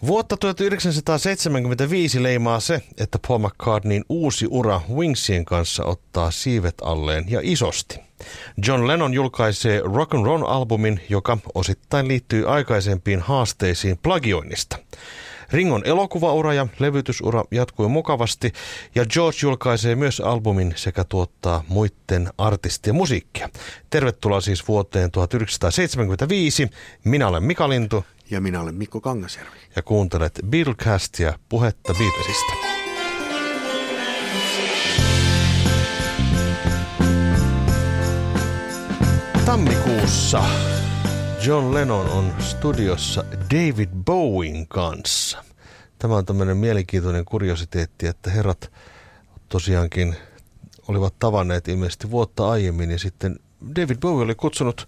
Vuotta 1975 leimaa se, että Paul McCartneyn uusi ura Wingsien kanssa ottaa siivet alleen ja isosti. John Lennon julkaisee Rock and Roll-albumin, joka osittain liittyy aikaisempiin haasteisiin plagioinnista. Ringon elokuvaura ja levytysura jatkui mukavasti ja George julkaisee myös albumin sekä tuottaa muiden artistien musiikkia. Tervetuloa siis vuoteen 1975. Minä olen Mika Lintu. Ja minä olen Mikko Kangasjärvi. Ja kuuntelet Beatlecastia, puhetta Beatlesista. Tammikuussa John Lennon on studiossa David Bowien kanssa. Tämä on tämmöinen mielenkiintoinen kuriositeetti, että herrat tosiaankin olivat tavanneet ilmeisesti vuotta aiemmin ja sitten David Bowie oli kutsunut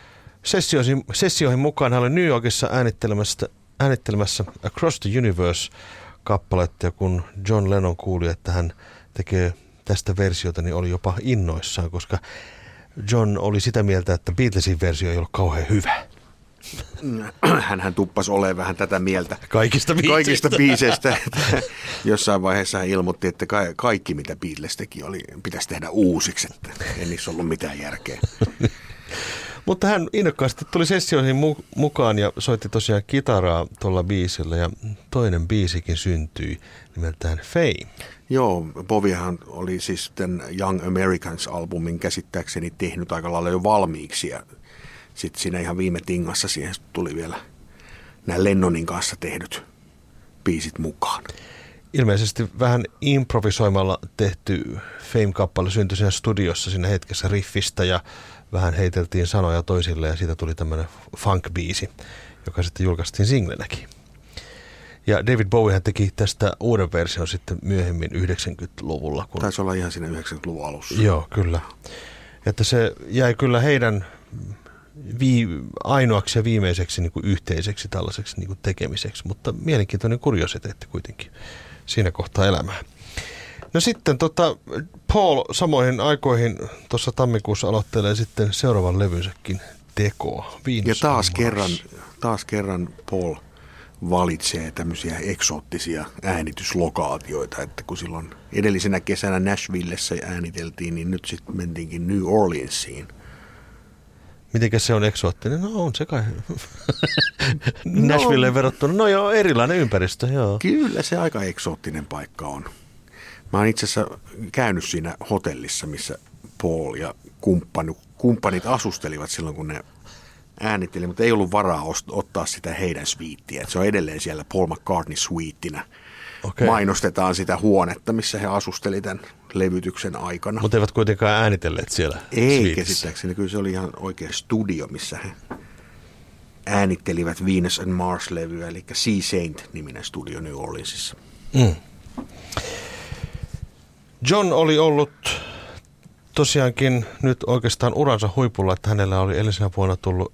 sessioihin mukaan. Hän oli New Yorkissa äänittelemässä Across the Universe-kappaletta ja kun John Lennon kuuli, että hän tekee tästä versiota, niin oli jopa innoissaan, koska John oli sitä mieltä, että Beatlesin versio ei ollut kauhean hyvä. Hänhän tuppasi olemaan vähän tätä mieltä kaikista biiseistä. Jossain vaiheessa hän ilmoitti, että kaikki mitä Beatles teki pitäisi tehdä uusiksi, että ei niissä ollut mitään järkeä. Mutta hän innokkaasti tuli sessioihin mukaan ja soitti tosiaan kitaraa tuolla biisillä ja toinen biisikin syntyi nimeltään Fame. Joo, Bowiehan oli siis tämän Young Americans-albumin käsittääkseni tehnyt aika lailla jo valmiiksi ja sitten siinä ihan viime tingassa siihen tuli vielä nämä Lennonin kanssa tehdyt biisit mukaan. Ilmeisesti vähän improvisoimalla tehty Fame-kappale syntyi siinä studiossa siinä hetkessä riffistä ja vähän heiteltiin sanoja toisille ja siitä tuli tämmöinen funk-biisi, joka sitten julkaistiin singlenäkin. Ja David Bowie teki tästä uuden version sitten myöhemmin 90-luvulla. Taisi olla ihan siinä 90-luvun alussa. Joo, kyllä. Että se jäi kyllä heidän ainoaksi ja viimeiseksi niin kuin yhteiseksi tällaiseksi niin kuin tekemiseksi, mutta mielenkiintoinen kuriositeetti kuitenkin siinä kohtaa elämää. No sitten Paul samoihin aikoihin tuossa tammikuussa aloittelee sitten seuraavan levynsäkin tekoa. Ja taas kerran Paul valitsee tämmöisiä eksoottisia äänityslokaatioita, että kun silloin edellisenä kesänä Nashvillessä ääniteltiin, niin nyt sitten mentiinkin New Orleansiin. Mitenkäs se on eksoottinen? No on se kai. Nashvilleen verrattuna. No joo, erilainen ympäristö, joo. Kyllä se aika eksoottinen paikka on. Mä oon itse asiassa käynyt siinä hotellissa, missä Paul ja kumppanit asustelivat silloin, kun ne äänitteli, mutta ei ollut varaa ottaa sitä heidän sviittiä. Se on edelleen siellä Paul McCartney suittinä. Okay. Mainostetaan sitä huonetta, missä he asusteli tämän levytyksen aikana. Mutta eivät kuitenkaan äänitelleet siellä ei käsittääkseni. Kyllä se oli ihan oikea studio, missä he äänittelivät Venus and Mars-levyä, eli Sea Saint-niminen studio New Orleansissa. Mm. John oli ollut tosiaankin nyt oikeastaan uransa huipulla, että hänellä oli edellisenä vuonna tullut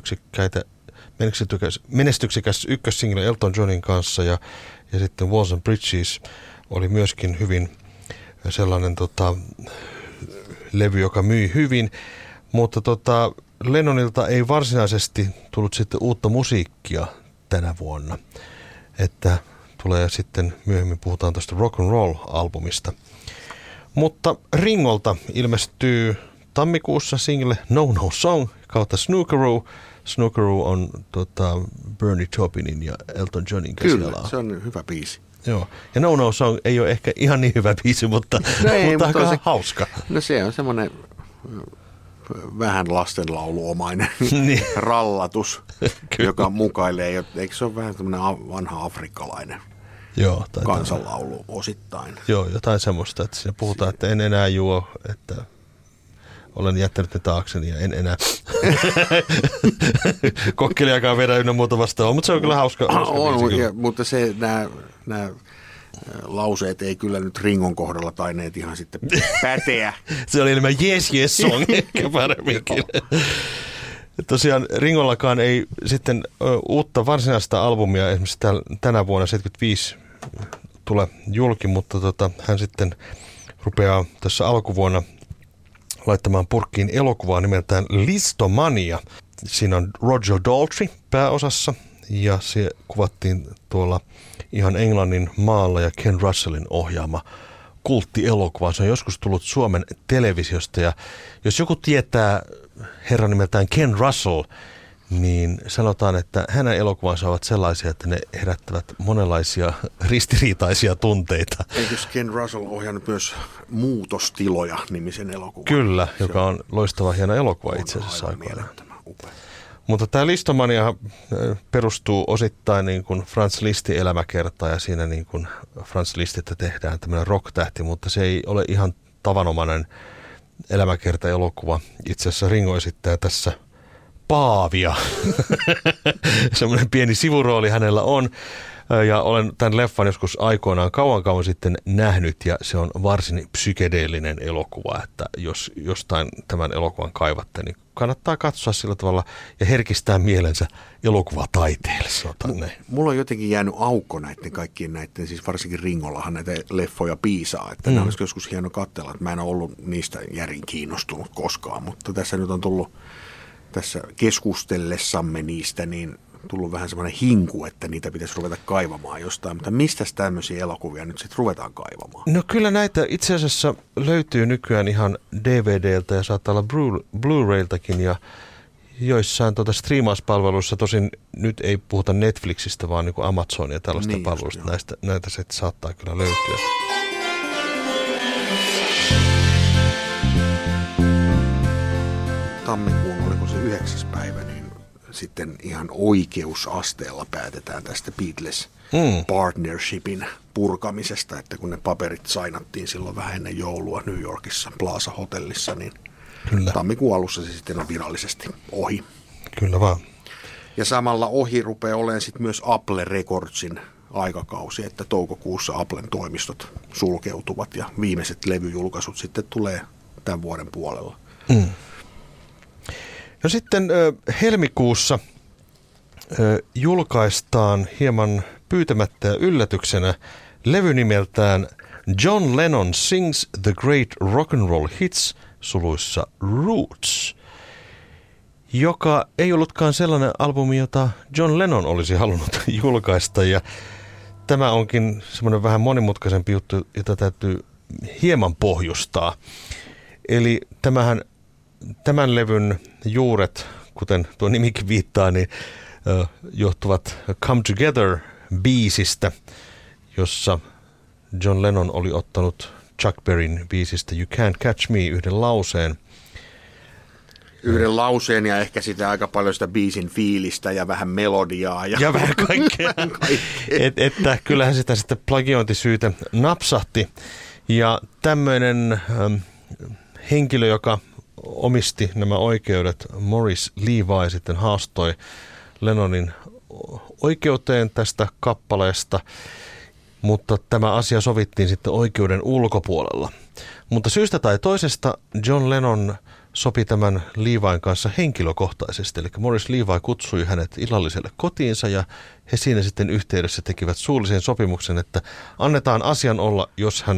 menestyksekäs ykkössingle Elton Johnin kanssa ja sitten Walls and Bridges oli myöskin hyvin sellainen levy, joka myi hyvin, mutta Lennonilta ei varsinaisesti tullut sitten uutta musiikkia tänä vuonna, että tulee sitten myöhemmin puhutaan tuosta Rock and Roll-albumista. Mutta Ringolta ilmestyy tammikuussa single No No Song kautta Snookeroo. Snookeroo on Bernie Taupinin ja Elton Johnin käsialaa. Kyllä, se on hyvä biisi. Joo, ja No No Song ei ole ehkä ihan niin hyvä biisi, mutta aika hauska. No se on semmoinen vähän lastenlauluomainen rallatus, joka mukailee, eikö se ole vähän semmoinen vanha afrikkalainen kansanlaulu osittain. Joo, jotain semmoista, että siinä puhutaan, että en enää juo, että olen jättänyt ne taakseni ja en enää kokkeliakaan vedä ynnä muuta vastaan, mutta se on kyllä hauska mutta nämä lauseet ei kyllä nyt Ringon kohdalla taineet ihan sitten päteä. Se oli enemmän yes song ehkä paremminkin. Tosiaan Ringollakaan ei sitten uutta varsinaista albumia esimerkiksi tänä vuonna 75 tule julki, mutta hän sitten rupeaa tässä alkuvuonna laittamaan purkkiin elokuvaa nimeltään Listomania. Siinä on Roger Daltrey pääosassa ja se kuvattiin tuolla ihan Englannin maalla ja Ken Russellin ohjaama kulttielokuva. Se on joskus tullut Suomen televisiosta ja jos joku tietää herran nimeltään Ken Russell, niin sanotaan, että hänen elokuvansa ovat sellaisia, että ne herättävät monenlaisia ristiriitaisia tunteita. Eikö Ken Russell ohjannut myös Muutostiloja-nimisen elokuvan? Kyllä, joka on loistava hieno elokuva itse asiassa aikoinaan. Mutta tämä Listomania perustuu osittain niin kuin Franz Listin elämäkertaan ja siinä niin kuin Franz Lististä tehdään tämmöinen rock-tähti, mutta se ei ole ihan tavanomainen elämäkerta-elokuva. Itse asiassa Ringo esittää tässä Paavia. Semmoinen pieni sivurooli hänellä on. Ja olen tämän leffan joskus aikoinaan kauan sitten nähnyt ja se on varsin psykedeellinen elokuva, että jos jostain tämän elokuvan kaivatte, niin kannattaa katsoa sillä tavalla ja herkistää mielensä elokuvataiteelle, sanotaan näin. Mulla on jotenkin jäänyt aukko kaikkien näiden, siis varsinkin Ringollahan näitä leffoja piisaa, että nämä olisi joskus hieno katsella, että mä en ole ollut niistä järin kiinnostunut koskaan, mutta tässä nyt on tullut tässä keskustellessamme niistä, niin tullut vähän semmoinen hinku, että niitä pitäisi ruveta kaivamaan jostain, mutta mistäs tämmöisiä elokuvia nyt sitten ruvetaan kaivamaan? No kyllä näitä itse asiassa löytyy nykyään ihan DVDltä ja saattaa olla Blu-railtakin ja joissain striimauspalveluissa, tosin nyt ei puhuta Netflixistä, vaan niin kuin Amazon ja tällaista niin palveluista, näitä se saattaa kyllä löytyä. Tammikuun, oliko se 9. päivä, niin sitten ihan oikeusasteella päätetään tästä Beatles partnershipin purkamisesta, että kun ne paperit sainattiin silloin vähän ennen joulua New Yorkissa Plaza Hotellissa, niin kyllä. Tammikuun alussa se sitten on virallisesti ohi. Kyllä vaan. Ja samalla ohi rupeaa olemaan sitten myös Apple Recordsin aikakausi, että toukokuussa Applen toimistot sulkeutuvat ja viimeiset levyjulkaisut sitten tulee tämän vuoden puolella. No sitten helmikuussa julkaistaan hieman pyytämättä ja yllätyksenä levy nimeltään John Lennon Sings the Great Rock and Roll Hits suluissa Roots, joka ei ollutkaan sellainen albumi, jota John Lennon olisi halunnut julkaista ja tämä onkin semmoinen vähän monimutkaisempi juttu, jota täytyy hieman pohjustaa. Eli tämän levyn juuret, kuten tuo nimikin viittaa, niin johtuvat Come Together-biisistä, jossa John Lennon oli ottanut Chuck Berryn biisistä You Can't Catch Me yhden lauseen. Yhden lauseen ja ehkä sitä aika paljon sitä biisin fiilistä ja vähän melodiaa. Ja vähän kaikkea. Että kyllähän sitä sitten plagiointisyytä napsahti. Ja tämmöinen henkilö, joka omisti nämä oikeudet, Morris Levi, sitten haastoi Lennonin oikeuteen tästä kappaleesta, mutta tämä asia sovittiin sitten oikeuden ulkopuolella. Mutta syystä tai toisesta John Lennon sopi tämän Levin kanssa henkilökohtaisesti, eli Morris Levi kutsui hänet illalliselle kotiinsa ja he siinä sitten yhteydessä tekivät suullisen sopimuksen, että annetaan asian olla, jos hän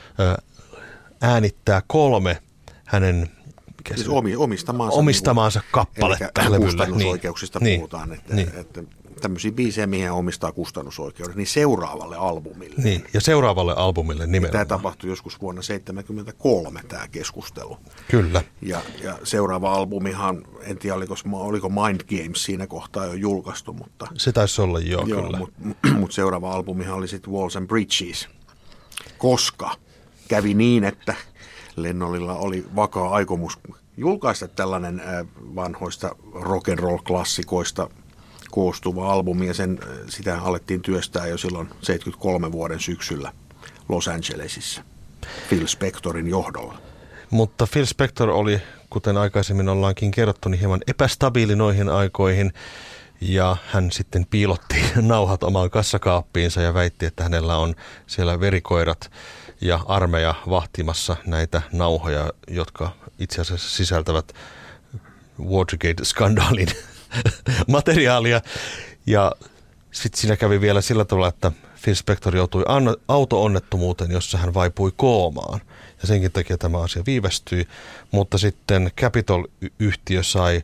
äänittää 3 hänen siis omistamaansa kappaletta. Eli kustannusoikeuksista puhutaan, että tämmöisiä biisejä, mihin hän omistaa kustannusoikeudet, niin seuraavalle albumille. Niin, ja seuraavalle albumille nimenomaan. Tämä tapahtui joskus vuonna 1973 tämä keskustelu. Kyllä. Ja seuraava albumihan, en tiedä oliko Mind Games siinä kohtaa jo julkaistu, mutta se taisi olla kyllä. Mutta seuraava albumihan oli sitten Walls and Bridges, koska kävi niin, että Lennonilla oli vakaa aikomus julkaista tällainen vanhoista rock'n'roll-klassikoista koostuva albumi, ja sitä alettiin työstää jo silloin 73 vuoden syksyllä Los Angelesissa Phil Spectorin johdolla. Mutta Phil Spector oli, kuten aikaisemmin ollaankin kerrottu, niin hieman epästabiili noihin aikoihin, ja hän sitten piilotti nauhat omaan kassakaappiinsa ja väitti, että hänellä on siellä verikoirat ja armeija vahtimassa näitä nauhoja, jotka itse asiassa sisältävät Watergate-skandaalin materiaalia. Ja sitten siinä kävi vielä sillä tavalla, että Phil Spector joutui auto-onnettomuuteen, jossa hän vaipui koomaan. Ja senkin takia tämä asia viivästyi. Mutta sitten Capitol-yhtiö sai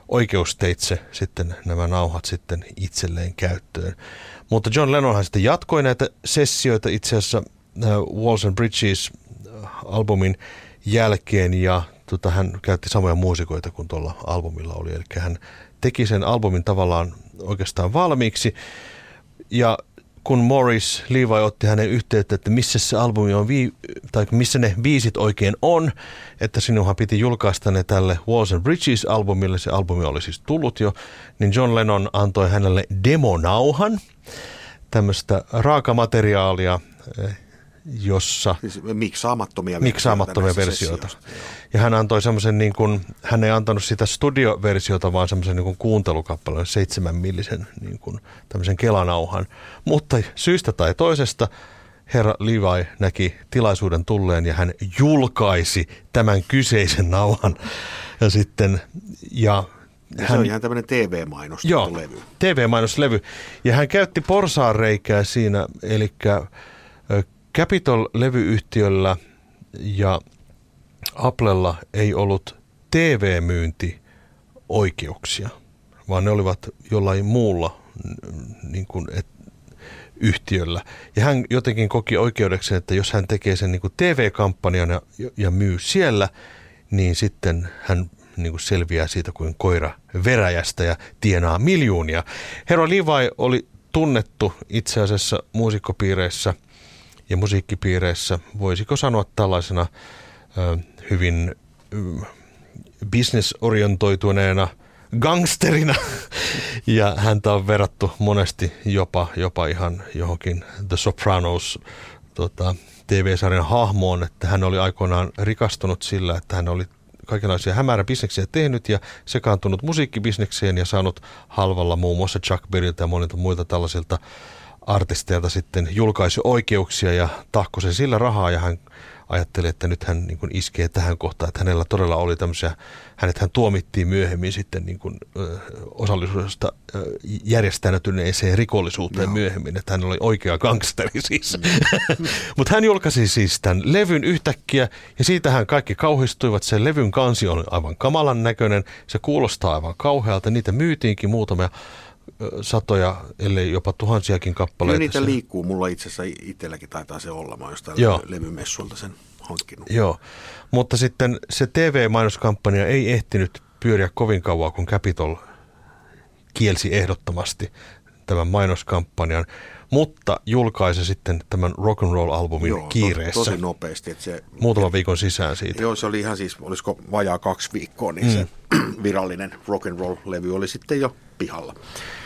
oikeusteitse sitten nämä nauhat sitten itselleen käyttöön. Mutta John Lennonhan sitten jatkoi näitä sessioita itse asiassa Walls and Bridges albumin jälkeen ja hän käytti samoja muusikoita kuin tuolla albumilla oli. Eli hän teki sen albumin tavallaan oikeastaan valmiiksi ja kun Morris Levi otti hänen yhteyttä, että missä se albumi on, tai missä ne biisit oikein on, että sinunhan piti julkaista ne tälle Walls and Bridges-albumille, se albumi oli siis tullut jo, niin John Lennon antoi hänelle demonauhan, tämmöistä raakamateriaalia, jossa siis miksaamattomia versioita. Ja hän antoi semmoisen, niin kuin, hän ei antanut sitä studioversiota, vaan semmoisen niin kuin kuuntelukappaleen 7 millisen niin kuin, tämmöisen kelanauhan. Mutta syystä tai toisesta herra Levi näki tilaisuuden tulleen ja hän julkaisi tämän kyseisen nauhan. Ja sitten, se on ihan tämmöinen TV-mainostettu levy. TV-mainoslevy. Ja hän käytti porsaanreikää siinä, eli Capitol-levyyhtiöllä ja Applella ei ollut TV-myyntioikeuksia, vaan ne olivat jollain muulla niin kuin, yhtiöllä. Ja hän jotenkin koki oikeudeksi, että jos hän tekee sen niin kuin TV-kampanjan ja myy siellä, niin sitten hän niin kuin selviää siitä kuin koira veräjästä ja tienaa miljoonia. Herra Levi oli tunnettu itse asiassa muusikkopiireissä ja musiikkipiireissä, voisiko sanoa tällaisena hyvin business-orientoituneena gangsterina. Ja häntä on verrattu monesti jopa ihan johonkin The Sopranos TV-sarjan hahmoon, että hän oli aikoinaan rikastunut sillä, että hän oli kaikenlaisia hämäräbisneksiä tehnyt ja sekaantunut musiikkibisnekseen ja saanut halvalla muun muassa Chuck Berryltä ja monilta muilta tällaisilta artisteilta sitten julkaisuoikeuksia ja tahkoi se sillä rahaa ja hän ajatteli, että nyt hän niin kuin iskee tähän kohtaan, että hänellä todella oli tämmöisiä, hän tuomittiin myöhemmin sitten niin kuin, osallisuudesta järjestäytyneeseen rikollisuuteen myöhemmin, että hän oli oikea gangsteri siis. Mutta hän julkaisi siis tämän levyn yhtäkkiä ja siitähän kaikki kauhistuivat. Sen levyn kansi on aivan kamalan näköinen, se kuulostaa aivan kauhealta, niitä myytiinkin muutamia satoja, ellei jopa tuhansiakin kappaleita. Kyllä niitä liikkuu. Mulla itse asiassa itselläkin taitaa se olla. Mä oon jostain levymessuilta sen hankkinut. Joo, mutta sitten se TV-mainoskampanja ei ehtinyt pyöriä kovin kauan, kun Capitol kielsi ehdottomasti tämän mainoskampanjan, mutta julkaisi sitten tämän rock'n'roll-albumin kiireessä. Tosi nopeasti. Että se, muutaman viikon sisään siitä. Joo, se oli ihan siis, olisiko vajaa 2 viikkoa, niin se virallinen rock'n'roll-levy oli sitten jo pihalla.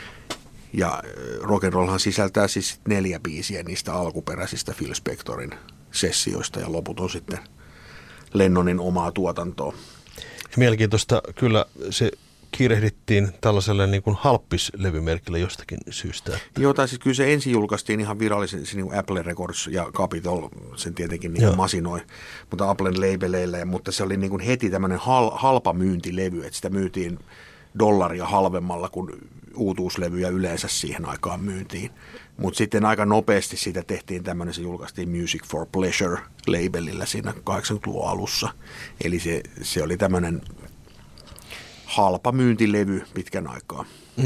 Ja rock'n'rollhan sisältää siis 4 biisiä niistä alkuperäisistä Phil Spectorin sessioista ja loput on sitten Lennonin omaa tuotantoa. Mielenkiintoista kyllä se kiirehdittiin tällaiselle niin kuin halppislevymerkillä jostakin syystä. Joo, tai siis kyllä se ensin julkaistiin ihan virallisen, niin kuin Apple Records ja Capitol sen tietenkin niin masinoi, mutta Applen labeleillä, mutta se oli niin kuin heti tämmöinen halpa myyntilevy, että sitä myytiin $1 halvemmalla kuin uutuuslevyjä yleensä siihen aikaan myyntiin. Mutta sitten aika nopeasti siitä tehtiin tämmöinen, se julkaistiin Music for Pleasure-labelillä siinä 80-luvun alussa. Eli se oli tämmöinen halpa myyntilevy pitkän aikaa.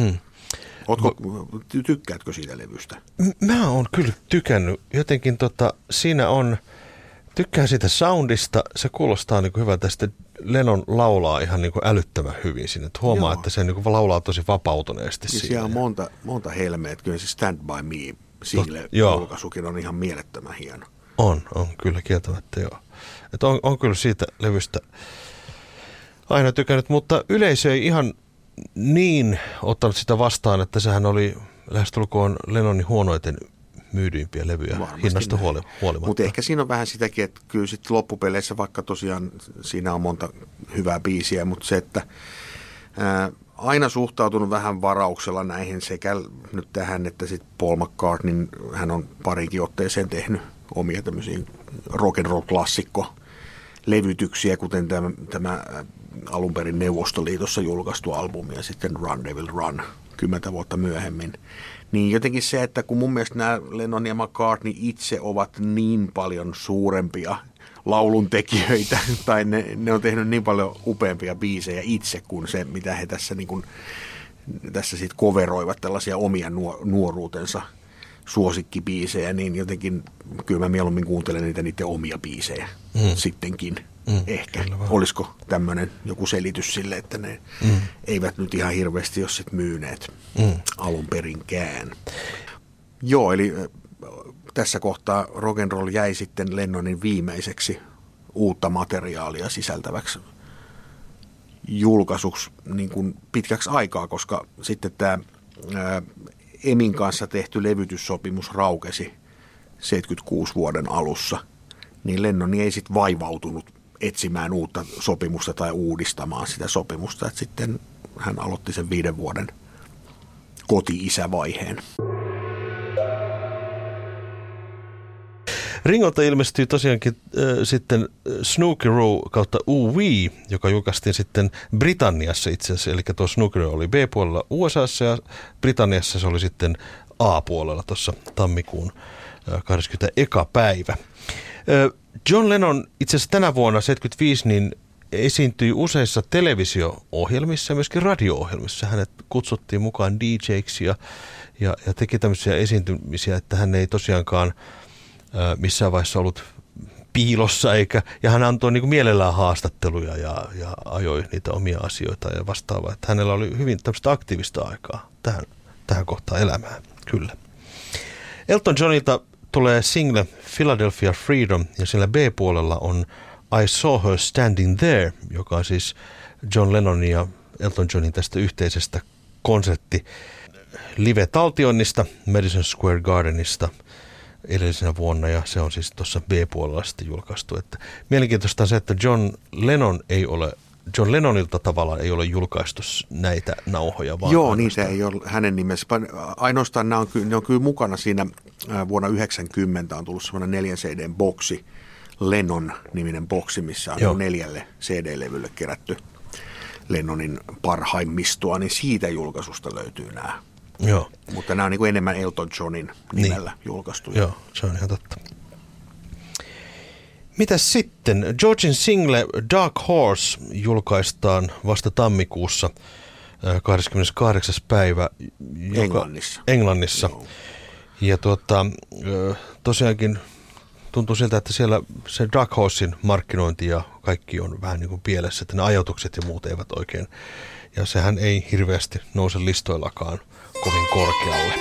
Tykkäätkö siitä levystä? Mä oon kyllä tykännyt. Jotenkin siinä on, tykkään siitä soundista, se kuulostaa niin kuin hyvältä. Sitten Lennon laulaa ihan niin kuin älyttömän hyvin siinä. Että huomaa, että se niin kuin laulaa tosi vapautuneesti siinä. Siellä on monta helmeä. Kyllä se Stand By Me single-julkaisukin on ihan mielettömän hieno. On kyllä kieltämättä joo. Että on kyllä siitä levystä aina tykännyt, mutta yleisö ei ihan niin ottanut sitä vastaan, että sehän oli lähestulkoon Lennonin huonoiten myydyimpiä levyjä hinnasta huolimatta. Mutta ehkä siinä on vähän sitäkin, että kyllä sitten loppupeleissä, vaikka tosiaan siinä on monta hyvää biisiä, mutta se, että aina suhtautunut vähän varauksella näihin sekä nyt tähän, että sitten Paul McCartney, hän on pariinkin otteeseen tehnyt omia tämmöisiä rock'n'roll-klassikko-levytyksiä, kuten tämä alun perin Neuvostoliitossa julkaistu albumi ja sitten Run Devil Run 10 vuotta myöhemmin. Niin jotenkin se, että kun mun mielestä nämä Lennon ja McCartney itse ovat niin paljon suurempia lauluntekijöitä, tai ne on tehnyt niin paljon upeampia biisejä itse kuin se, mitä he tässä, niin kuin, tässä sit coveroivat tällaisia omia nuoruutensa suosikkibiisejä, niin jotenkin kyllä mä mieluummin kuuntelen niiden omia biisejä sittenkin. Ehkä. Olisiko tämmöinen joku selitys sille, että ne eivät nyt ihan hirveästi ole sit myyneet alun perinkään. Joo, eli tässä kohtaa rock'n'roll jäi sitten Lennonin viimeiseksi uutta materiaalia sisältäväksi julkaisuksi niin kuin pitkäksi aikaa, koska sitten tämä Emin kanssa tehty levytyssopimus raukesi 76 vuoden alussa, niin Lennon ei sitten vaivautunut etsimään uutta sopimusta tai uudistamaan sitä sopimusta, että sitten hän aloitti sen 5 vuoden koti-isävaiheen. Ringolta ilmestyi tosiaankin sitten Snooky Row kautta Ooh-Wee, joka julkaistiin sitten Britanniassa itse asiassa. Eli tuo Snooky Row oli B-puolella USAssa ja Britanniassa se oli sitten A-puolella tuossa tammikuun 21. päivä. John Lennon itse asiassa tänä vuonna 75 niin esiintyi useissa televisio-ohjelmissa ja myöskin radio-ohjelmissa. Hänet kutsuttiin mukaan DJ:ksi ja teki tämmöisiä esiintymisiä, että hän ei tosiaankaan missään vaiheessa ollut piilossa, ja hän antoi niin kuin mielellään haastatteluja ja ajoi niitä omia asioita ja vastaavaa. Että hänellä oli hyvin tämmöistä aktiivista aikaa tähän kohtaan elämää, kyllä. Elton Johnilta tulee single Philadelphia Freedom, ja siellä B-puolella on I Saw Her Standing There, joka on siis John Lennonin ja Elton Johnin tästä yhteisestä konsertti live-taltioinnista Madison Square Gardenista edellisenä vuonna, ja se on siis tuossa B-puolella sitten julkaistu. Että mielenkiintoista on se, että John Lennonilta tavallaan ei ole julkaistu näitä nauhoja. Vaan joo, niitä ei ole hänen nimessä. Ainoastaan ne on kyllä mukana siinä vuonna 1990 on tullut semmoinen 4 CD-boksi, Lennon-niminen boksi, missä on 4 CD-levylle kerätty Lennonin parhaimmistoa, niin siitä julkaisusta löytyy nämä. Joo. Mutta nämä on niin kuin enemmän Elton Johnin nimellä julkaistuja. Joo, se on ihan totta. Mitäs sitten? Georgin single Dark Horse julkaistaan vasta tammikuussa 28. päivä. Englannissa. Joo. Ja tosiaankin tuntuu siltä, että siellä se Dark Horsein markkinointi ja kaikki on vähän niin kuin pielessä, että ne ajatukset ja muut eivät oikein. Ja sehän ei hirveästi nouse listoillakaan kovin korkealle.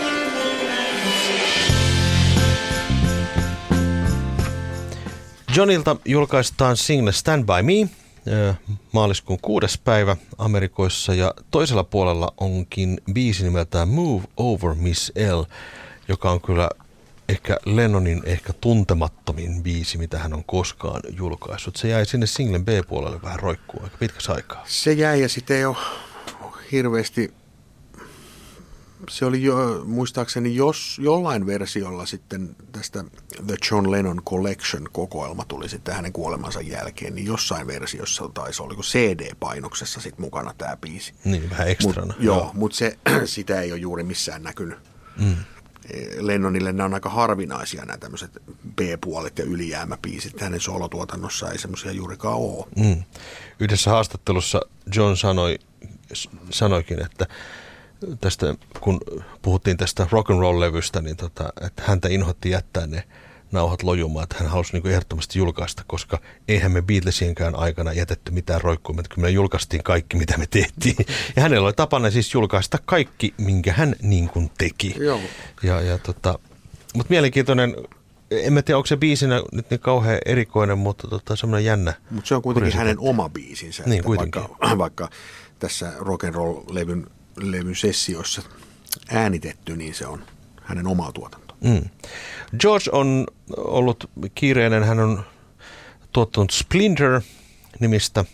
Johnilta julkaistaan single Stand By Me maaliskuun 6. päivä Amerikoissa, ja toisella puolella onkin biisi nimeltään Move Over Miss L, joka on kyllä ehkä Lennonin tuntemattomin biisi, mitä hän on koskaan julkaissut. Se jäi sinne singlen B-puolelle vähän roikkuun aika pitkäksi aikaa. Se jäi, ja sitten ei ole hirveästi. Se oli muistaakseni jollain versiolla sitten tästä The John Lennon Collection-kokoelma tuli sitten hänen kuolemansa jälkeen, niin jossain versiossa taisi oliko CD-painoksessa sitten mukana tämä biisi. Niin, vähän ekstrana. Mutta sitä ei ole juuri missään näkynyt. Lennonille nämä on aika harvinaisia nämä tämmöiset B-puolet ja ylijäämäbiisit. Hänen solotuotannossa ei semmoisia juurikaan ole. Yhdessä haastattelussa John sanoikin, että tästä, kun puhuttiin tästä rock'n'roll-levystä, niin että häntä inhotti jättää ne nauhat lojumaan, että hän halusi niin ehdottomasti julkaista, koska eihän me Beatlesienkään aikana jätetty mitään roikkuun, että kyllä me julkaistiin kaikki, mitä me tehtiin. Ja hänellä oli tapana siis julkaista kaikki, minkä hän niin kuin teki. Joo. Mutta mielenkiintoinen, en mä tiedä, onko se biisinä nyt niin kauhean erikoinen, mutta semmoinen jännä. Mutta se on kuitenkin hänen oma biisinsä, niin, kuitenkin. Vaikka tässä rock'n'roll-levyn sessioissa äänitetty, niin se on hänen omaa tuotantoa. George on ollut kiireinen. Hän on tuottanut Splinter-nimistä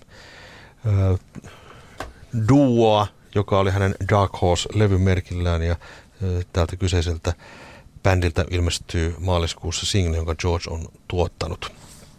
duoa, joka oli hänen Dark Horse-levymerkillään, ja täältä kyseiseltä bändiltä ilmestyy maaliskuussa single, jonka George on tuottanut.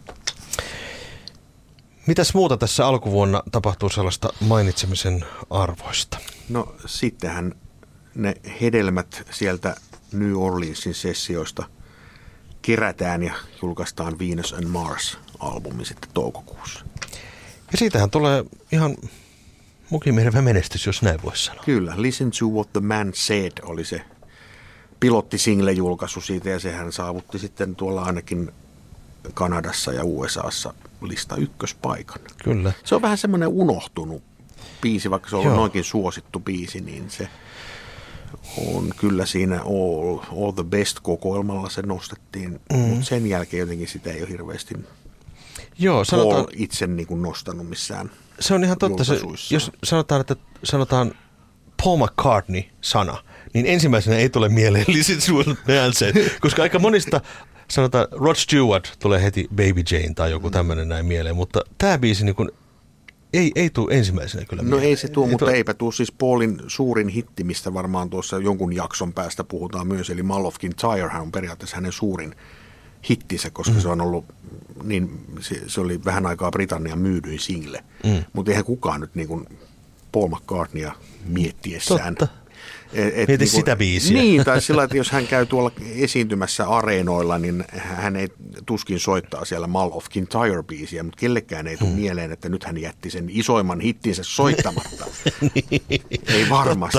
Mitäs muuta tässä alkuvuonna tapahtuu sellaista mainitsemisen arvoista? No sittenhän ne hedelmät sieltä New Orleansin sessioista kerätään ja julkaistaan Venus and Mars-albumi sitten toukokuussa. Ja siitähän tulee ihan mukimenevä menestys, jos näin voisi sanoa. Kyllä, Listen to What the Man Said oli se pilottisingle-julkaisu siitä, ja sehän saavutti sitten tuolla ainakin Kanadassa ja USAssa lista ykköspaikan. Kyllä. Se on vähän semmoinen unohtunut biisi, vaikka se on ollut noinkin suosittu biisi, niin se on kyllä siinä All the Best-kokoelmalla se nostettiin, mutta sen jälkeen jotenkin sitä ei ole hirveästi Paul itse niin kuin nostanut missään. Se on ihan totta. Jos sanotaan Paul McCartney-sana, niin ensimmäisenä ei tule mieleen Listen to What the Man Said, koska aika monista sanotaan Rod Stewart tulee heti Baby Jane tai joku tämmöinen näin mieleen, mutta tämä biisi niin kuin ei tule ensimmäisenä kyllä mieleen. No ei se tule, mutta eipä tule siis Paulin suurin hitti, mistä varmaan tuossa jonkun jakson päästä puhutaan myös, eli Malofkin Tirehän on periaatteessa hänen suurin hittinsä, koska se on ollut, niin se oli vähän aikaa Britannian myydyin single, mutta eihän kukaan nyt niin kuin Paul McCartneya miettiessään. Totta. Mieti niin sitä biisiä. Niin, tai sillä, että jos hän käy tuolla esiintymässä areenoilla, niin hän ei tuskin soittaa siellä Malofkin Tire-biisiä, mutta kellekään ei tule mieleen, että nyt hän jätti sen isoimman hittinsä soittamatta. Ei varmasti.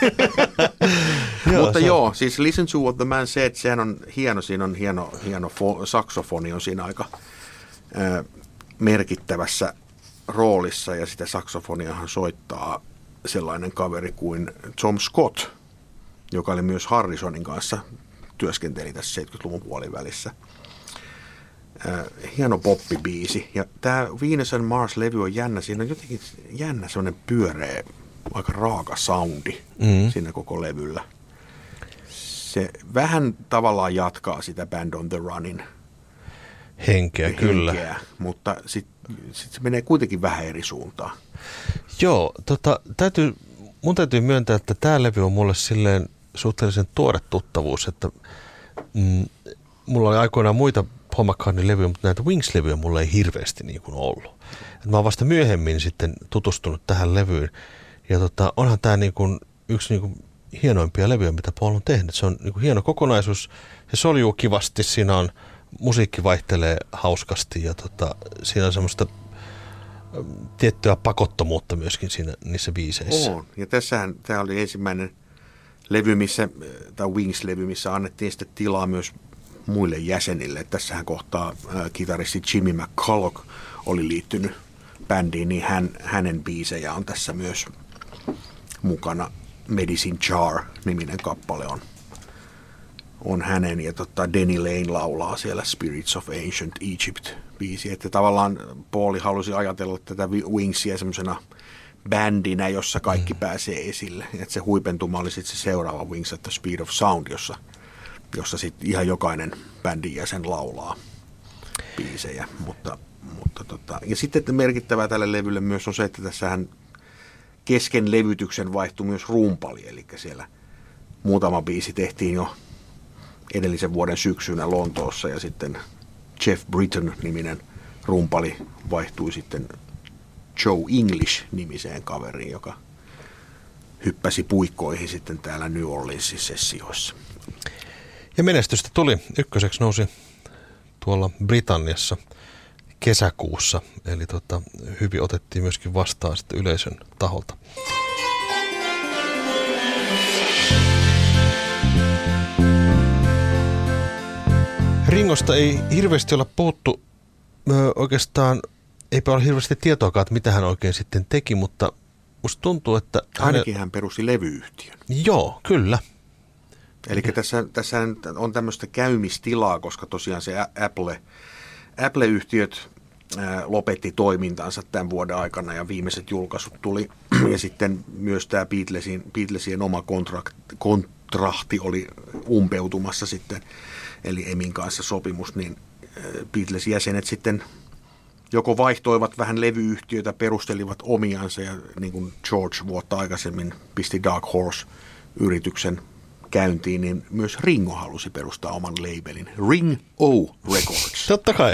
Mutta joo, siis Listen to What the Man Said, sehän on hieno, siinä on hieno saksofoni on siinä aika merkittävässä roolissa, ja sitä saksofoniahan soittaa sellainen kaveri kuin Tom Scott, joka oli myös Harrisonin kanssa, työskenteli tässä 70-luvun puolivälissä. Hieno poppibiisi. Ja tämä Venus and Mars-levy on jännä. Siinä on jotenkin jännä sellainen pyöreä, aika raaka soundi siinä koko levyllä. Se vähän tavallaan jatkaa sitä Band on the Runin henkeä, kyllä. Mutta sitten se menee kuitenkin vähän eri suuntaan. Joo, mun täytyy myöntää, että tämä levy on mulle silleen suhteellisen tuore tuttavuus, että mulla oli aikoinaan muita Paul McCartney-levyjä, mutta näitä Wings-levyjä mulla ei hirveästi niin kuin ollut. Et mä oon vasta myöhemmin sitten tutustunut tähän levyyn, ja onhan tämä niin kuin yksi niin kuin hienoimpia levyjä, mitä Paul on tehnyt. Se on niin kuin hieno kokonaisuus, se soljuu kivasti, siinä on musiikki vaihtelee hauskasti, ja siinä on semmoista tiettyä pakottomuutta myöskin siinä, niissä biiseissä. On. Ja tässähän tämä oli ensimmäinen levy, tai Wings-levy, missä annettiin sitten tilaa myös muille jäsenille. Tässähän kohtaa kitaristi Jimmy McCulloch oli liittynyt bändiin, niin hänen biisejä on tässä myös mukana. Medicine Jar-niminen kappale on hänen, ja Denny Lane laulaa siellä Spirits of Ancient Egypt-biisi. Että tavallaan Pauli halusi ajatella tätä Wingsia semmoisena bändinä, jossa kaikki pääsee esille. Että se huipentuma oli sitten se seuraava Wings at the Speed of Sound, jossa sitten ihan jokainen bändin jäsen laulaa biisejä. Ja sitten merkittävää tälle levylle myös on se, että tässähän kesken levytyksen vaihtui myös rumpali, eli siellä muutama biisi tehtiin jo edellisen vuoden syksynä Lontoossa, ja sitten Jeff Britton-niminen rumpali vaihtui sitten Joe English-nimiseen kaveriin, joka hyppäsi puikkoihin sitten täällä New Orleansin sessioissa. Ja menestystä tuli. Ykköseksi nousi tuolla Britanniassa kesäkuussa, eli hyvin otettiin myöskin vastaan sitten yleisön taholta. Ringosta ei hirveästi olla puhuttu, oikeastaan eipä ole hirveästi tietoakaan, että mitä hän oikein sitten teki, mutta musta tuntuu, että ainakin hän perusti levyyhtiön. Joo, kyllä. Eli tässä on tämmöistä käymistilaa, koska tosiaan se Apple-yhtiöt lopetti toimintansa tämän vuoden aikana, ja viimeiset julkaisut tuli, ja sitten myös tämä Beatlesien oma kontrahti oli umpeutumassa sitten, eli Emin kanssa sopimus, niin Beatles-jäsenet sitten joko vaihtoivat vähän levyyhtiöitä, perustelivat omiansa, ja niin kuin George vuotta aikaisemmin pisti Dark Horse-yrityksen käyntiin, niin myös Ringo halusi perustaa oman labelin, Ring O Records. Totta kai.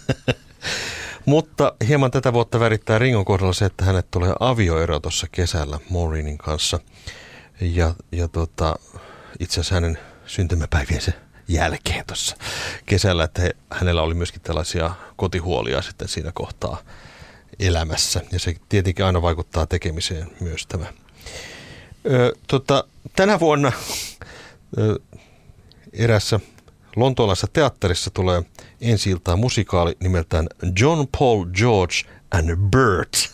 Mutta hieman tätä vuotta värittää Ringon kohdalla se, että hänet tulee avioero tuossa kesällä Maureenin kanssa. Ja itse asiassa hänen syntymäpäiviensä jälkeen tuossa kesällä, että hänellä oli myöskin tällaisia kotihuolia sitten siinä kohtaa elämässä. Ja se tietenkin aina vaikuttaa tekemiseen myös tämä. Tänä vuonna erässä lontoolaisessa teatterissa tulee ensi-iltaan musikaali nimeltään John Paul George and Bert.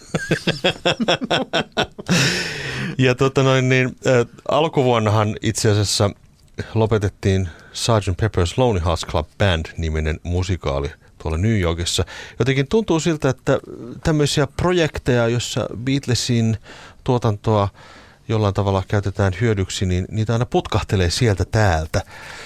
Ja alkuvuonnahan itse asiassa lopetettiin Sgt. Pepper's Lonely Hearts Club Band-niminen musikaali tuolla New Yorkissa. Jotenkin tuntuu siltä, että tämmöisiä projekteja, joissa Beatlesin tuotantoa jollain tavalla käytetään hyödyksi, niin niitä aina putkahtelee sieltä täältä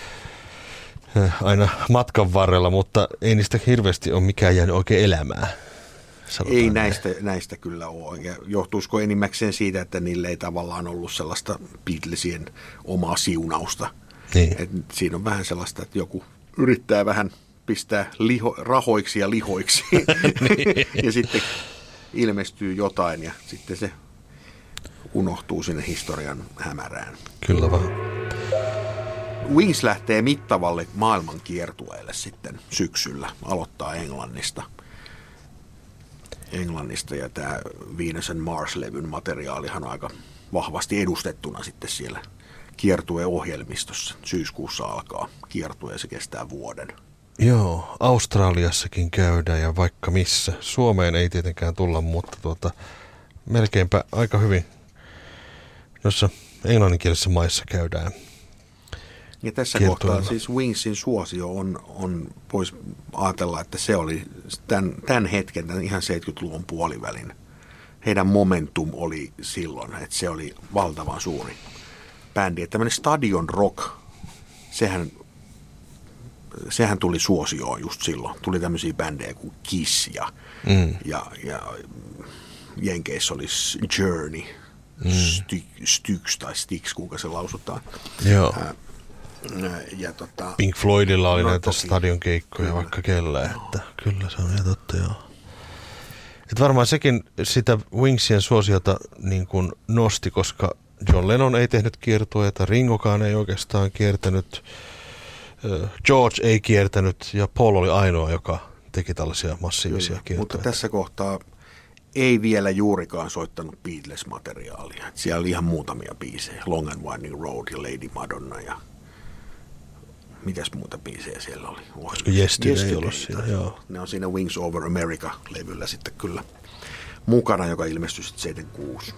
aina matkan varrella, mutta ei niistä hirveästi ole mikään jäänyt oikein elämään. Ei näistä kyllä ole. Ja johtuisiko enimmäkseen siitä, että niille ei tavallaan ollut sellaista Beatlesien omaa siunausta. Niin. Et siinä on vähän sellaista, että joku yrittää vähän pistää rahoiksi ja lihoiksi. Niin. Ja sitten ilmestyy jotain ja sitten se unohtuu sinne historian hämärään. Kyllä vaan. Wings lähtee mittavalle maailmankiertueelle sitten syksyllä, aloittaa Englannista ja tämä Venus and Mars-levyn materiaalihan on aika vahvasti edustettuna sitten siellä kiertueohjelmistossa. Syyskuussa alkaa kiertue ja se kestää vuoden. Joo, Australiassakin käydään ja vaikka missä. Suomeen ei tietenkään tulla, mutta melkeinpä aika hyvin noissa englanninkielisissä maissa käydään. Ja tässä kohtaa siis Wingsin suosio voisi ajatella, että se oli tämän hetken, ihan 70-luvun puolivälin. Heidän momentum oli silloin, että se oli valtavan suuri bändi. Että tämmöinen stadion rock, sehän tuli suosioon just silloin. Tuli tämmöisiä bändejä kuin Kiss ja Jenkeissä olisi Journey, Styx tai Styx, kuinka se lausutaan. Joo. Ja Pink Floydilla oli näitä stadionkeikkoja vaikka kellä, että kyllä se on ihan totta, joo. Et varmaan sekin sitä Wingsien suosiota niin kuin nosti, koska John Lennon ei tehnyt kiertueita, Ringokaan ei oikeastaan kiertänyt, George ei kiertänyt ja Paul oli ainoa, joka teki tällaisia massiivisia kiertueita. Mutta tässä kohtaa ei vielä juurikaan soittanut Beatles-materiaalia. Siellä oli ihan muutamia biisejä, Long and Winding Road ja Lady Madonna ja mitäs muuta biisejä siellä oli? Yesterday ollut siellä, joo. Ne on siinä Wings Over America-levyllä sitten kyllä mukana, joka ilmestyi sitten 76.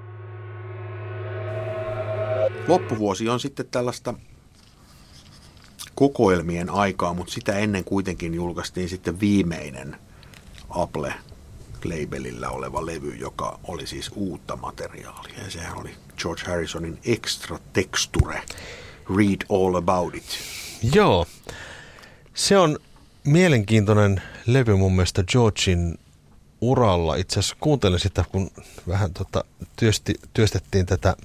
Loppuvuosi on sitten tällaista kokoelmien aikaa, mutta sitä ennen kuitenkin julkaistiin sitten viimeinen Apple-labelillä oleva levy, joka oli siis uutta materiaalia. Ja sehän oli George Harrisonin Extra Texture, Read All About It. Joo, se on mielenkiintoinen levy mun mielestä Georgein uralla. Itse asiassa kuuntelin sitä, kun vähän työstettiin tätä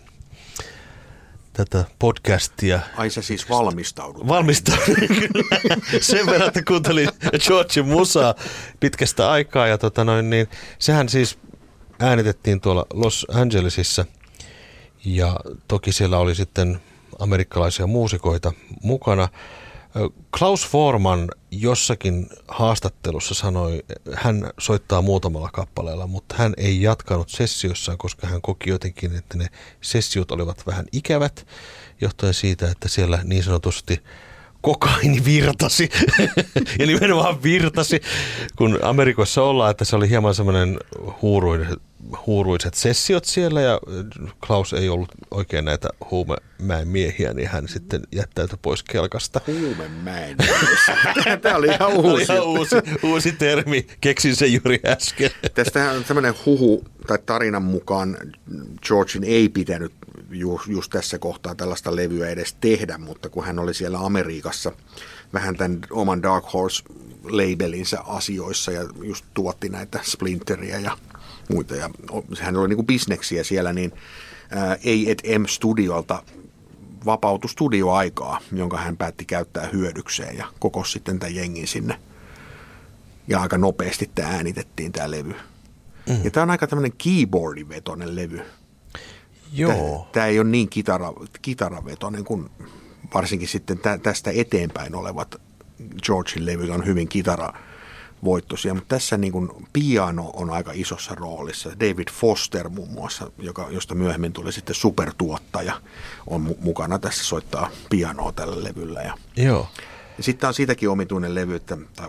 podcastia. Ai sä siis valmistaudut? Valmistaudun, kyllä. Sen verran, että kuuntelin Georgein musaa pitkästä aikaa. Ja niin sehän siis äänitettiin tuolla Los Angelesissa. Ja toki siellä oli sitten amerikkalaisia muusikoita mukana. Klaus Voormann jossakin haastattelussa sanoi, hän soittaa muutamalla kappaleella, mutta hän ei jatkanut sessiossaan, koska hän koki jotenkin, että ne sessiot olivat vähän ikävät, johtuen siitä, että siellä niin sanotusti kokaini virtasi, ja nimenomaan virtasi, kun Amerikoissa ollaan, että se oli hieman semmoinen huuruiset sessiot siellä, ja Klaus ei ollut oikein näitä huumemäen miehiä, niin hän sitten jättäytyi pois kelkasta. Huumemäen miehiä. Tämä oli ihan uusi termi, keksin sen juuri äsken. Tästähän on tämmöinen huhu tai tarinan mukaan Georgein ei pitänyt just tässä kohtaa tällaista levyä edes tehdä, mutta kun hän oli siellä Amerikassa vähän tämän oman Dark Horse-labelinsä asioissa ja just tuotti näitä Splinteria ja muita, ja hän oli niin kuin bisneksiä siellä, niin A&M-studiolta vapautui studioaikaa, jonka hän päätti käyttää hyödykseen ja kokosi sitten tämän jengin sinne. Ja aika nopeasti tämä äänitettiin tämä levy. Ja tämä on aika tämmöinen keyboardivetoinen levy. Joo. Tämä ei ole niin kitaravetoinen kuin varsinkin sitten tästä eteenpäin olevat Georgein levyt on hyvin kitaravoittoisia, mutta tässä niin kuin piano on aika isossa roolissa. David Foster muun muassa, josta myöhemmin tuli sitten supertuottaja, on mukana tässä, soittaa pianoa tällä levyllä. Joo. Ja sitten on siitäkin omituinen levy,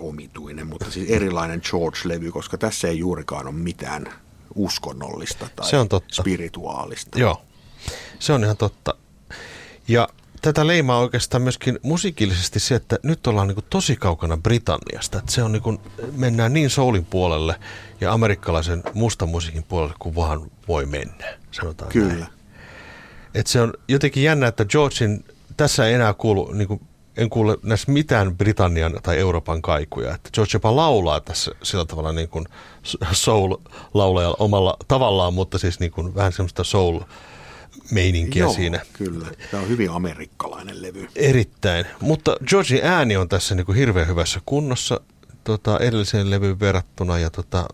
mutta siis erilainen George-levy, koska tässä ei juurikaan ole mitään uskonnollista tai spirituaalista. Joo, se on ihan totta. Ja tätä leimaa oikeastaan myöskin musiikillisesti se, että nyt ollaan niin kuin tosi kaukana Britanniasta. Että se on niin kuin, mennään niin soulin puolelle ja amerikkalaisen mustan musiikin puolelle kuin vaan voi mennä, sanotaan Kyllä. näin. Että se on jotenkin jännä, että Georgein tässä ei enää kuulu, niin kuin, en kuule näissä mitään Britannian tai Euroopan kaikuja. Että George jopa laulaa tässä sillä tavalla niin kuin soul-laulajalla omalla tavallaan, mutta siis niin kuin vähän semmoista soul-meininkiä siinä. Kyllä. Tämä on hyvin amerikkalainen levy. Erittäin. Mutta Georgein ääni on tässä niin kuin hirveän hyvässä kunnossa edelliseen levyyn verrattuna ja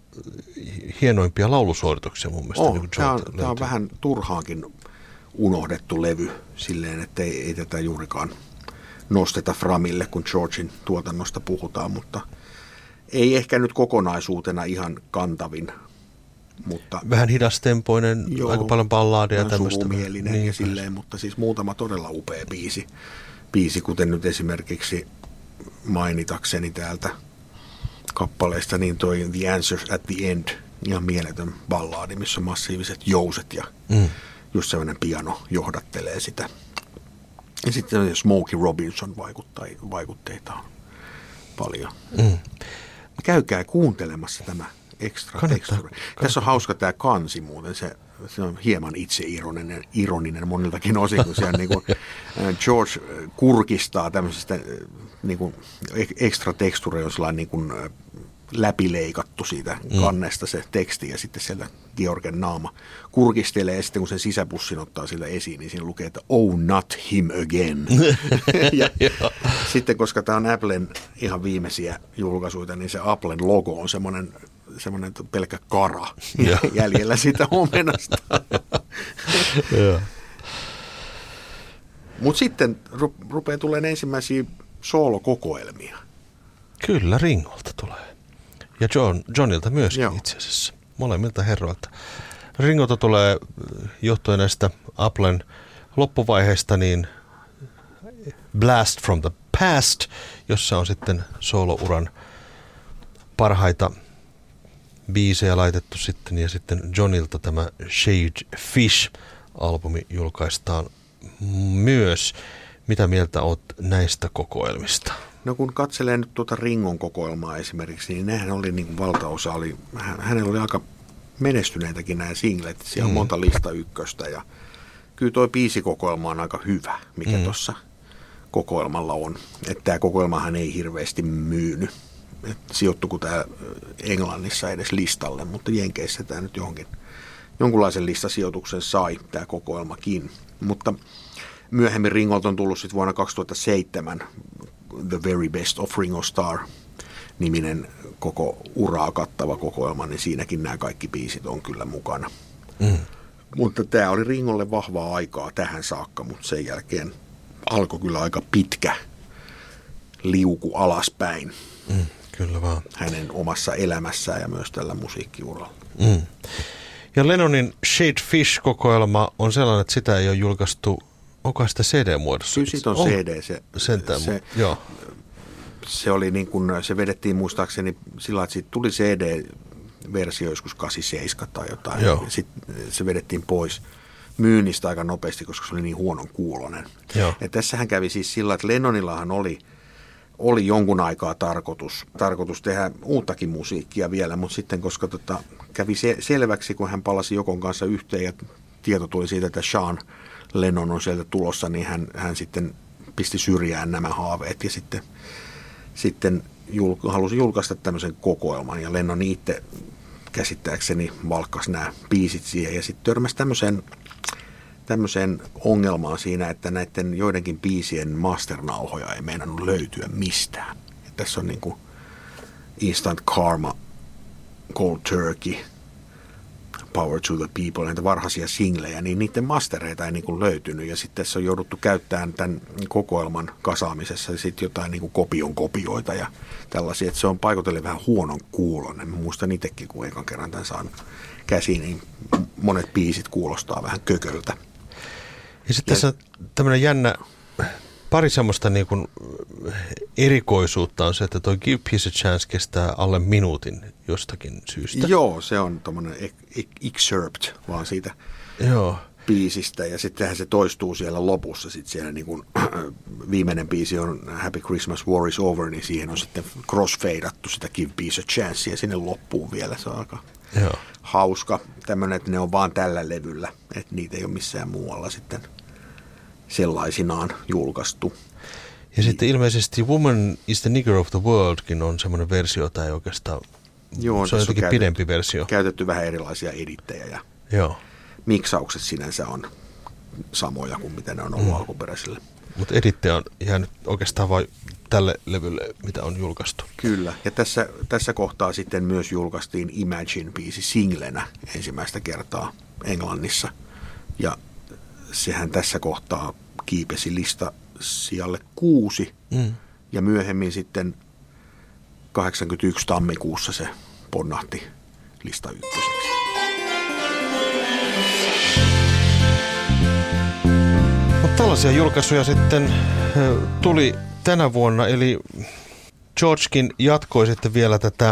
hienoimpia laulusuorituksia mun mielestä. Niin tämä on vähän turhaankin unohdettu levy silleen, että ei tätä juurikaan nosteta framille, kun Georgein tuotannosta puhutaan, mutta ei ehkä nyt kokonaisuutena ihan kantavin. Mutta vähän hidastempoinen, aika paljon balladia ja tämmöistä. Surumielinen niin, ja silleen, mutta siis muutama todella upea biisi, kuten nyt esimerkiksi mainitakseni täältä kappaleista, niin toi The Answers at the End, ihan mieletön ballaadi, missä on massiiviset jouset ja just sellainen piano johdattelee sitä. Ja sitten Smokey Robinson vaikutteita on paljon. Käykää kuuntelemassa tämä Extra Texture. Tässä on hauska tämä kansi muuten, se on hieman ironinen moniltakin osin, kun siellä niin kuin George kurkistaa tämmöisestä niin kuin Extra Texture, on sellainen niin kuin läpileikattu siitä kannesta se teksti ja sitten sieltä Georgen naama kurkistelee ja sitten kun sen sisäpussin ottaa sillä esiin, niin siinä lukee, että oh not him again. ja sitten koska tämä on Applen ihan viimeisiä julkaisuita, niin se Applen logo on semmoinen pelkkä kara jäljellä sitä omenasta. Mutta sitten rupeaa tulemaan ensimmäisiä soolokokoelmia. Kyllä, Ringolta tulee. Ja Johnilta myöskin itse asiassa. Molemmilta herroilta. Ringolta tulee johtuen näistä Applen loppuvaiheista niin Blast from the Past, jossa on sitten soolouran parhaita biisejä laitettu sitten. Ja sitten Johnilta tämä Shade Fish-albumi julkaistaan myös. Mitä mieltä olet näistä kokoelmista? No kun katselee nyt tuota Ringon kokoelmaa esimerkiksi, niin nehän oli niin kuin valtaosa, hänellä oli aika menestyneitäkin nämä singlet, siellä on monta lista ykköstä ja kyllä toi biisikokoelma on aika hyvä, mikä tuossa kokoelmalla on. Että tämä kokoelmahan ei hirveästi myynyt, sijoittuiko tämä Englannissa edes listalle, mutta Jenkeissä tämä nyt jonkunlaisen listasijoituksen sai tämä kokoelmakin, mutta myöhemmin Ringolta on tullut sitten vuonna 2007 The Very Best of Ringo Starr-niminen koko uraa kattava kokoelma, niin siinäkin nämä kaikki biisit on kyllä mukana. Mutta tämä oli Ringolle vahvaa aikaa tähän saakka, mutta sen jälkeen alkoi kyllä aika pitkä liuku alaspäin. Kyllä vaan. Hänen omassa elämässään ja myös tällä musiikkiuralla. Ja Lennonin Shade Fish-kokoelma on sellainen, että sitä ei ole julkaistu. Onko sitä CD-muodossa? Kyllä siitä on CD. Se oli niin kuin, se vedettiin muistaakseni sillä, että siitä tuli CD-versio joskus 87 tai jotain. Sitten se vedettiin pois myynnistä aika nopeasti, koska se oli niin huonon kuulonen. Ja tässähän kävi siis sillä, että Lennonillahan oli jonkun aikaa tarkoitus tehdä uuttakin musiikkia vielä, mutta sitten koska kävi selväksi, kun hän palasi Jokon kanssa yhteen ja tieto tuli siitä, että Sean Lennon on sieltä tulossa, niin hän sitten pisti syrjään nämä haaveet ja sitten halusi julkaista tämmöisen kokoelman ja Lennon itse käsittääkseni valkkasi nämä biisit siihen ja sitten törmäsi tämmöiseen ongelmaan siinä, että näiden joidenkin biisien masternauhoja ei meinannut löytyä mistään. Ja tässä on niin kuin Instant Karma, Cold Turkey, Power to the People, näitä varhaisia singlejä, niin niiden mastereita ei niin kuin löytynyt. Ja sitten tässä on jouduttu käyttämään tämän kokoelman kasaamisessa ja sitten jotain niin kuin kopioita ja tällaisia. Että se on paikotellen vähän huonon kuulonen. Mä muistan itsekin, kun ekan kerran tämän saan käsiin, niin monet biisit kuulostaa vähän kököltä. Ja sitten tässä on tämmöinen jännä, pari semmoista niin kuin erikoisuutta on se, että toi Give Peace a Chance kestää alle minuutin jostakin syystä. Joo, se on tommoinen excerpt vaan siitä biisistä ja sittenhän se toistuu siellä lopussa. Sitten siellä niin kuin, viimeinen biisi on Happy Christmas, War is Over, niin siihen on sitten crossfadattu sitä Give Peace a Chance ja sinne loppuun vielä. Se on aika hauska tämmöinen, että ne on vaan tällä levyllä, että niitä ei ole missään muualla sitten sellaisinaan julkaistu. Ja sitten ilmeisesti Woman is the Nigger of the Worldkin on semmoinen versio, jota ei oikeastaan, joo, se on jotenkin pidempi versio. Käytetty vähän erilaisia edittejä ja miksaukset sinänsä on samoja kuin mitä ne on ollut alkuperäiselle. Mutta edittejä on jäänyt oikeastaan vain tälle levylle, mitä on julkaistu. Kyllä, ja tässä kohtaa sitten myös julkaistiin Imagine-biisi singlenä ensimmäistä kertaa Englannissa. Ja sehän tässä kohtaa kiipesi lista sijalle 6 ja myöhemmin sitten 81 tammikuussa se ponnahti lista 1. Mutta tällaisia julkaisuja sitten tuli tänä vuonna, eli Georgekin jatkoi sitten vielä tätä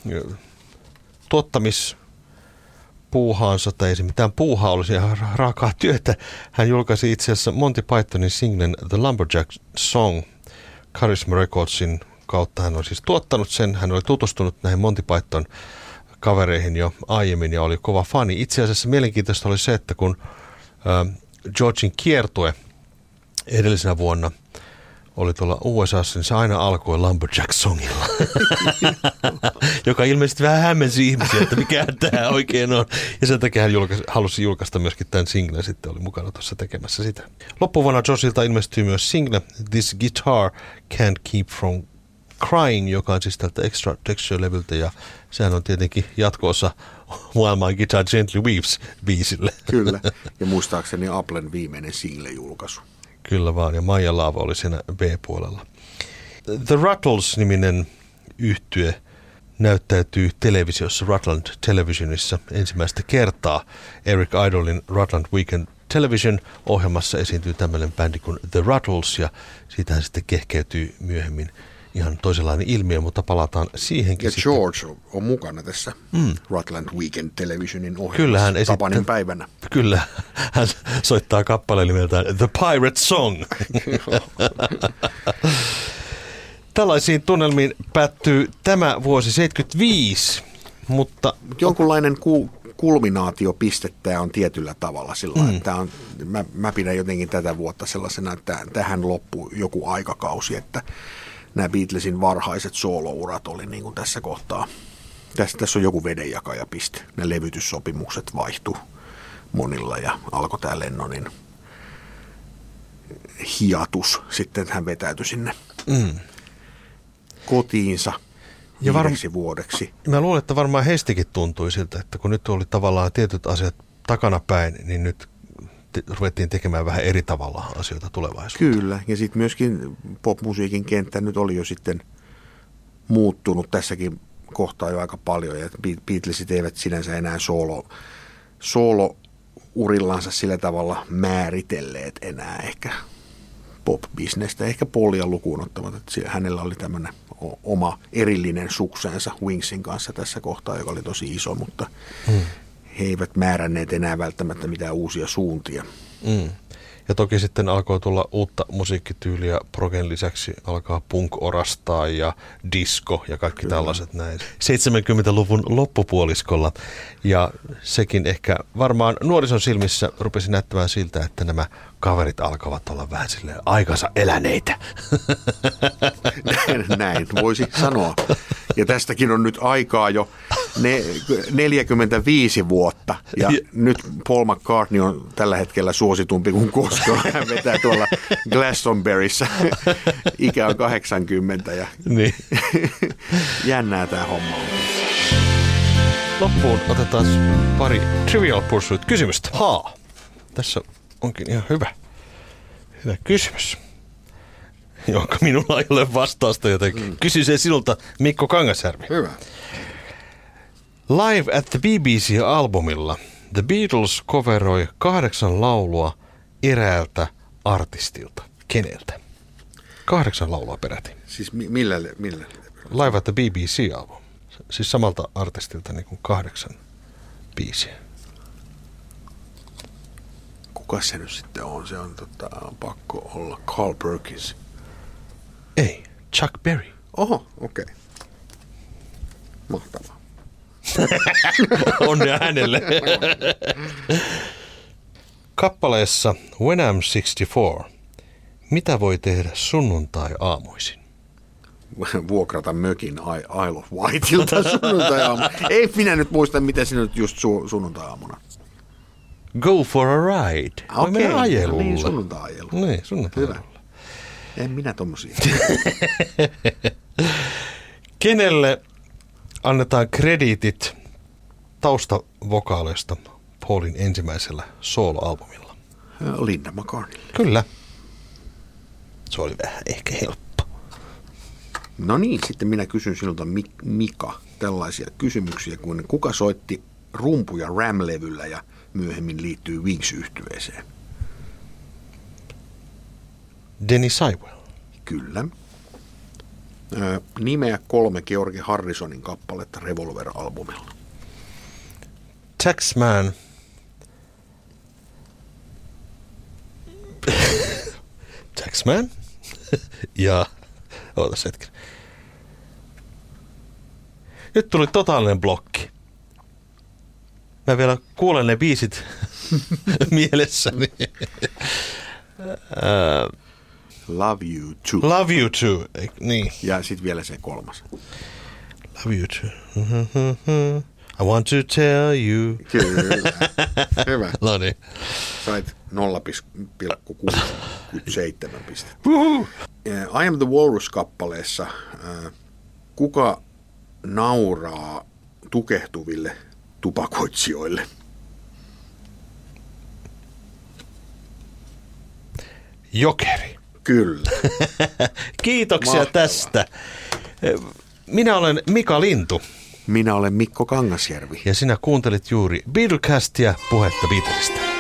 tuottamispuuhaansa, tai ei se mitään puuhaa olisi ihan raakaa työtä. Hän julkaisi itse asiassa Monty Pythonin singlen The Lumberjack Song Charisma Recordsin kautta. Hän oli siis tuottanut sen, hän oli tutustunut näihin Monty Python kavereihin jo aiemmin ja oli kova fani. Itse asiassa mielenkiintoista oli se, että kun Georgin kiertue edellisenä vuonna oli tuolla USAssa, niin se aina alkoi Lumberjack-songilla, joka ilmeisesti vähän hämmensi ihmisiä, että mikä tämä oikein on. Ja sen takia hän halusi julkaista myöskin tämän singlen, sitten oli mukana tuossa tekemässä sitä. Loppuvuonna Joshilta ilmestyi myös single This Guitar Can't Keep From Crying, joka on siis tältä Extra Texture-levyltä, ja sehän on tietenkin jatko-osa While My Guitar Gently Weeps-biisille. Kyllä, ja muistaakseni Applen viimeinen single-julkaisu. Kyllä vaan, ja Maija Laava oli siinä B-puolella. The Rattles-niminen yhtye näyttäytyy televisiossa Rutland Televisionissa ensimmäistä kertaa. Eric Idlein Rutland Weekend Television-ohjelmassa esiintyy tämmöinen bändi kuin The Rattles, ja siitähän sitten kehkeytyy myöhemmin ihan toisenlainen ilmiö, mutta palataan siihenkin. Ja George on mukana tässä Rutland Weekend Televisionin ohjelmassa. Kyllä hän Tapanin päivänä. Kyllä, hän soittaa kappaleen nimeltään The Pirate Song. Tällaisiin tunnelmiin päättyy tämä vuosi 75, mutta jonkunlainen kulminaatiopiste tämä on tietyllä tavalla sillä että mä pidän jotenkin tätä vuotta sellaisena, että tähän loppuu joku aikakausi, että nämä Beatlesin varhaiset soolourat oli niin kuin tässä kohtaa. Tässä on joku vedenjakajapiste. Nämä levytyssopimukset vaihtui monilla ja alkoi tämä Lennonin hiatus. Sitten hän vetäytyi sinne kotiinsa 5 vuodeksi. Mä luulen, että varmaan heistikin tuntui siltä, että kun nyt oli tavallaan tietyt asiat takanapäin, niin nyt ruvettiin tekemään vähän eri tavalla asioita tulevaisuuteen. Kyllä, ja sitten myöskin popmusiikin kenttä nyt oli jo sitten muuttunut tässäkin kohtaa jo aika paljon, ja Beatlesit eivät sinänsä enää solo-urillansa sillä tavalla määritelleet enää ehkä pop-bisnestä, ehkä Paulia lukuun ottamatta, että hänellä oli tämmöinen oma erillinen sukseensa Wingsin kanssa tässä kohtaa, joka oli tosi iso, mutta he eivät määränneet enää välttämättä mitään uusia suuntia. Ja toki sitten alkoi tulla uutta musiikkityyliä, progen lisäksi alkaa punk orastaa ja disco ja kaikki tällaiset näin. 70-luvun loppupuoliskolla, ja sekin ehkä varmaan nuorison silmissä rupesi näyttämään siltä, että nämä kaverit alkavat olla vähän silleen aikansa eläneitä. Näin voisi sanoa. Ja tästäkin on nyt aikaa jo 45 vuotta. Ja nyt Paul McCartney on tällä hetkellä suositumpi kuin koskaan. Hän vetää tuolla Glastonburyssä. Ikä on 80 ja niin. jännää tämä homma on. loppuun otetaan pari Trivial Pursuit-kysymystä. Tässä onkin ihan hyvä kysymys, jonka minulla ei ole vastausta, joten kysyn sen sinulta, Mikko Kangasjärvi. Hyvä. Live at the BBC-albumilla The Beatles coveroi 8 laulua eräältä artistilta. Keneltä? 8 laulua peräti. Siis millä? Live at the BBC-album. Siis samalta artistilta niin kuin 8 biisiä. Kuka se nyt sitten on? Se on pakko olla Carl Perkins. Ei, Chuck Berry. Oho, okei. Okay. Mahtavaa. Onnea hänelle. Kappaleessa When I'm 64, mitä voi tehdä sunnuntai-aamuisin? Vuokrata mökin Isle of Wightilta sunnuntai-aamuna. Ei minä nyt muista, miten sinä nyt just sunnuntai-aamuna. Go for a ride. Voi mennä ajelulle. Niin, sunnuntai-ajelulle. Niin, sunnuntai-ajelulle. Hyvä. En minä tommosia. Kenelle annetaan krediitit taustavokaaleista Paulin ensimmäisellä soloalbumilla? Linda McCartneylle. Kyllä. Se oli vähän ehkä helppo. No niin, sitten minä kysyn sinulta, Mika, tällaisia kysymyksiä kuin kuka soitti rumpuja Ram-levyllä ja myöhemmin liittyy Wings-yhtyeeseen? Denny Seiwell. Kyllä. Nimeä 3 George Harrisonin kappaletta Revolver-albumilla. Taxman. Taxman. Ja ootas hetken. Nyt tuli totaalinen blokki. Mä vielä kuulen ne biisit mielessäni. Love You Too. Love You Too. Niin. Ja sitten vielä se 3. Love You Too. I want to tell you. Kyllä. Hyvä. No niin. Sait 0,67 pistettä. I Am the Walrus-kappaleessa kuka nauraa tukehtuville tupakoitsijoille? Jokeri. Kyllä. Kiitoksia Mahtavaa. tästä. Minä olen Mika Lintu. Minä olen Mikko Kangasjärvi. Ja sinä kuuntelit juuri Beatlecastia, puhetta Beatlesista.